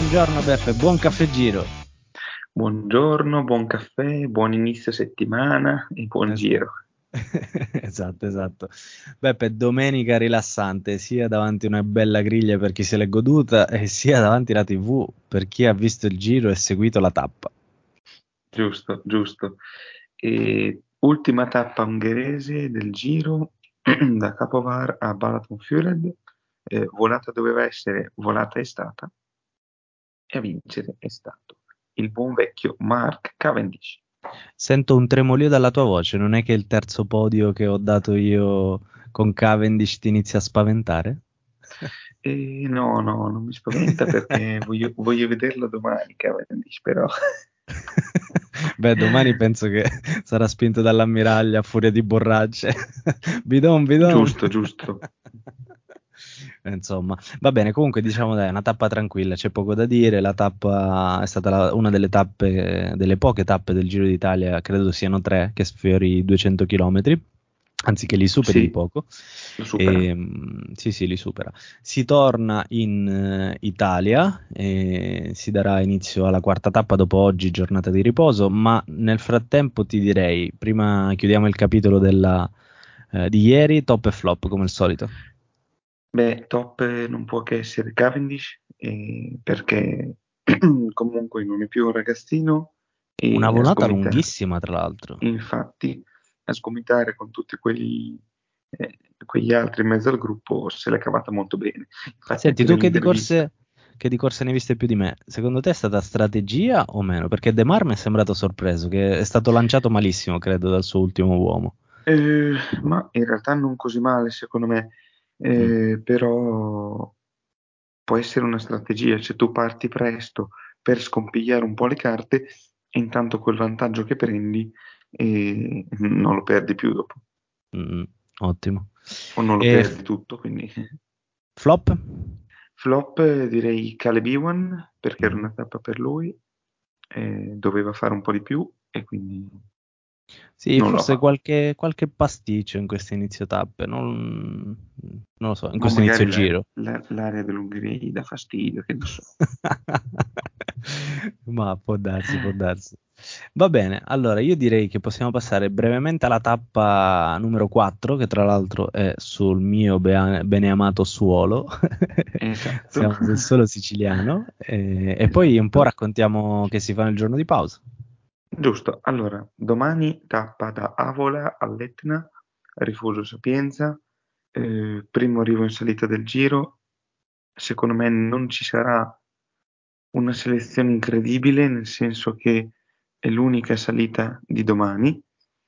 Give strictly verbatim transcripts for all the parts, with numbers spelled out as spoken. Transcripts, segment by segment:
Buongiorno Beppe, buon caffè giro. Buongiorno, buon caffè, buon inizio settimana e buon Es- giro. Esatto, esatto. Beppe, domenica rilassante, sia davanti a una bella griglia per chi se l'è goduta e sia davanti alla T V per chi ha visto il giro e seguito la tappa. Giusto, giusto. E ultima tappa ungherese del giro da Capovar a Balaton-Füred. Eh, volata doveva essere, volata è stata e a vincere è stato il buon vecchio Mark Cavendish. Sento un tremolio dalla tua voce, non è che il terzo podio che ho dato io con Cavendish ti inizia a spaventare? E no, no, non mi spaventa perché voglio, voglio vederlo domani, Cavendish, però. Beh, domani penso che sarà spinto dall'ammiraglia a furia di borracce. Bidon, bidon. Giusto, giusto. Insomma, va bene, comunque diciamo dai, è una tappa tranquilla, c'è poco da dire, la tappa è stata la- una delle tappe, delle poche tappe del Giro d'Italia, credo siano tre, che sfiori i duecento chilometri, anzi che li superi di Sì, poco. lo supera. E, mm, sì, sì, li supera. Si torna in eh, Italia e si darà inizio alla quarta tappa dopo oggi, giornata di riposo, ma nel frattempo ti direi, prima chiudiamo il capitolo della, eh, di ieri, top e flop come al solito. Beh, top eh, non può che essere Cavendish, eh, perché comunque non è più un ragazzino Una e a volata sgomitare, lunghissima, tra l'altro. infatti, a sgomitare con tutti quelli, eh, quegli altri in mezzo al gruppo se l'è cavata molto bene. Infatti Senti, anche tu che di nell'intervista. corse, che di corse ne hai viste più di me, secondo te è stata strategia o meno? Perché De Mar mi è sembrato sorpreso, che è stato lanciato malissimo, credo, dal suo ultimo uomo. Eh, ma in realtà non così male, secondo me. Mm, Eh, però può essere una strategia, se tu parti presto per scompigliare un po' le carte, e intanto quel vantaggio che prendi eh, non lo perdi più dopo, mm, ottimo. o non lo E perdi f- tutto, quindi flop? flop eh, direi Caleb Ewan, perché era Mm. una tappa per lui, eh, doveva fare un po' di più e quindi Sì, non l'ha forse fatto. qualche, qualche pasticcio in queste inizio tappe, non, non lo so, in Ma questo inizio magari la- giro. la- l'area dell'Ungheria gli dà fastidio, che ne so. Ma può darsi, può darsi. Va bene, allora io direi che possiamo passare brevemente alla tappa numero quattro, che tra l'altro è sul mio bea- beneamato suolo. Esatto, Siamo sul suolo siciliano. E, e poi un po' esatto. raccontiamo che si fa nel giorno di pausa. Giusto, allora, domani tappa da Avola all'Etna, Rifugio Sapienza, eh, primo arrivo in salita del giro, secondo me non ci sarà una selezione incredibile, nel senso che è l'unica salita di domani,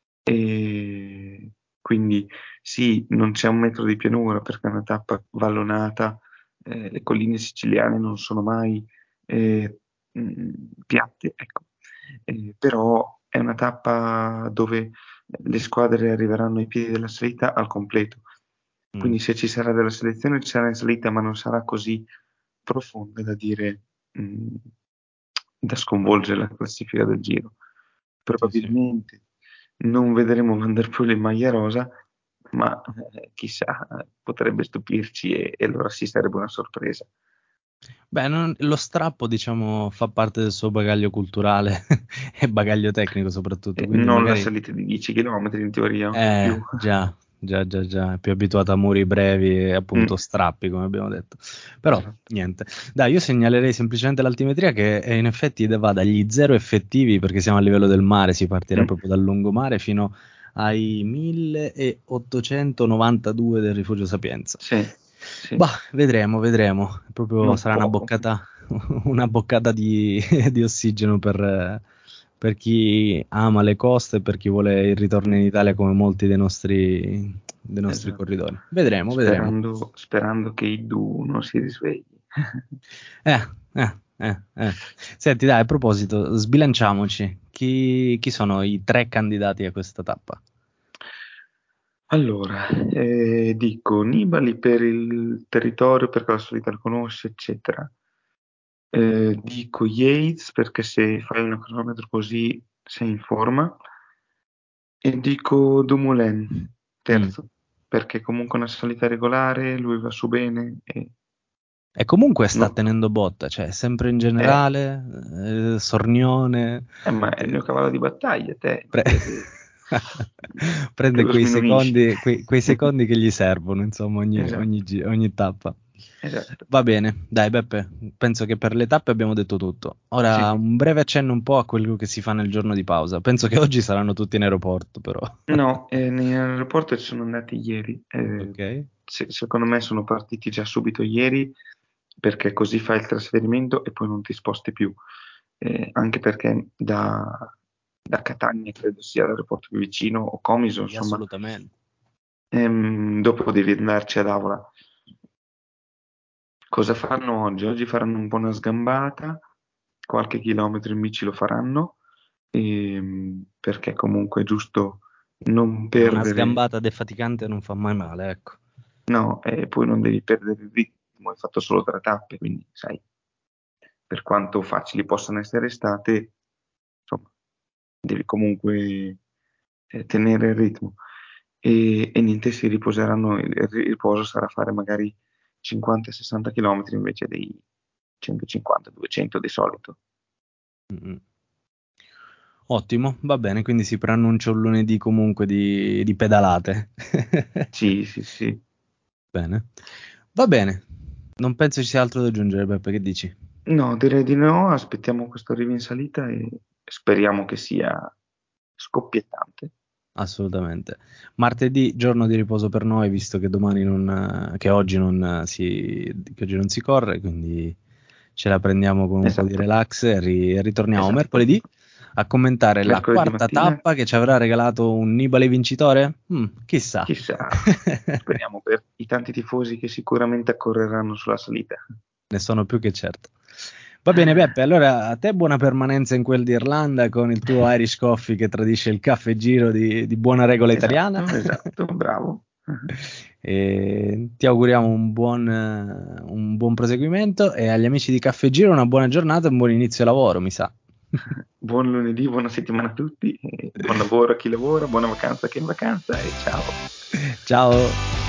e quindi sì, non c'è un metro di pianura perché è una tappa vallonata, eh, le colline siciliane non sono mai eh, mh, piatte, ecco. Eh, però è una tappa dove le squadre arriveranno ai piedi della salita al completo. Mm, Quindi se ci sarà della selezione ci sarà in salita, ma non sarà così profonda da dire, mh, da sconvolgere la classifica del giro. sì, sì. Probabilmente non vedremo Van der Poel in maglia rosa, ma eh, chissà, potrebbe stupirci e, e allora sì sarebbe una sorpresa. Beh, non- lo strappo, diciamo, fa parte del suo bagaglio culturale e bagaglio tecnico soprattutto, Eh, quindi non la magari. salita di dieci chilometri in teoria, anche più. Eh, già, già, già, già, è più abituato a muri brevi e appunto Mm, strappi, come abbiamo detto. Però, esatto. niente. Dai, io segnalerei semplicemente l'altimetria che eh, in effetti va dagli zero effettivi, perché siamo a livello del mare, si partirà Mm, proprio dal lungomare, fino ai milleottocentonovantadue del Rifugio Sapienza. sì, sì, Bah, vedremo, vedremo. Proprio non sarà una poco. boccata, una boccata di, di ossigeno per, eh, per chi ama le coste e per chi vuole il ritorno in Mm, Italia come molti dei nostri, dei nostri esatto. corridori. Vedremo, vedremo. Sperando, sperando che i Du non si risvegli. Eh, eh, eh, eh. Senti, dai, a proposito, sbilanciamoci. Chi, chi sono i tre candidati a questa tappa? Allora, eh, dico Nibali per il territorio, perché la solita lo conosce, eccetera. Eh, dico Yates perché se fai un cronometro così sei in forma. E dico Dumoulin, Mm. terzo, perché comunque è una salita regolare, lui va su bene e E comunque sta No, tenendo botta, cioè sempre in eh, generale, eh, Sornione, eh, ma è il eh, mio cavallo di battaglia, te, pre- non deve... che prende lo quei sminuisci. secondi, quei, quei secondi che gli servono, insomma, ogni, ogni, Esatto, gi- ogni tappa. esatto. Va bene, dai Beppe, penso che per le tappe abbiamo detto tutto. Ora Sì. un breve accenno un po' a quello che si fa nel giorno di pausa. Penso che oggi saranno tutti in aeroporto, però. No, eh, nell'aeroporto ci sono andati ieri. eh, Ok? se- secondo me sono partiti già subito ieri perché così fai il trasferimento e poi non ti sposti più. Eh, anche perché da, da Catania credo sia l'aeroporto più vicino o Comiso, Sì, insomma, assolutamente. ehm, dopo devi andarci ad Avola. Cosa faranno oggi? Oggi faranno un po' una sgambata, qualche chilometro in bici lo faranno, ehm, perché comunque è giusto non E una perdere. sgambata defaticante non fa mai male, ecco. No, e poi non devi perdere il ritmo, hai fatto solo tre tappe, quindi sai, per quanto facili possano essere state, insomma, devi comunque eh, tenere il ritmo. E, e niente, si riposeranno, il, il riposo sarà fare magari cinquanta sessanta km invece dei centocinquanta duecento di solito. Mm-mm. Ottimo, va bene, quindi si preannuncia un lunedì comunque di, di pedalate. Sì, sì, sì. Bene. Va bene, non penso ci sia altro da aggiungere, Beppe, che dici? No, direi di no, aspettiamo questo arrivo in salita e speriamo che sia scoppiettante. Assolutamente. Martedì, giorno di riposo per noi, visto che domani non, che oggi non si, che oggi non si corre, quindi ce la prendiamo con un po' di Esatto, relax e ri- ritorniamo esatto. mercoledì a commentare la Mercoledì quarta mattina, tappa che ci avrà regalato un Nibali vincitore? Mm, chissà. chissà, speriamo per i tanti tifosi che sicuramente accorreranno sulla salita. Ne sono più che certo. Va bene, Beppe, allora a te buona permanenza in quel d'Irlanda con il tuo Irish Coffee che tradisce il caffè giro di, di buona regola italiana. Esatto, esatto, bravo. E ti auguriamo un buon, eh, un buon proseguimento e agli amici di Caffè Giro una buona giornata e un buon inizio lavoro, mi sa. Buon lunedì, buona settimana a tutti, e buon lavoro a chi lavora, buona vacanza a chi è in vacanza e ciao. Ciao.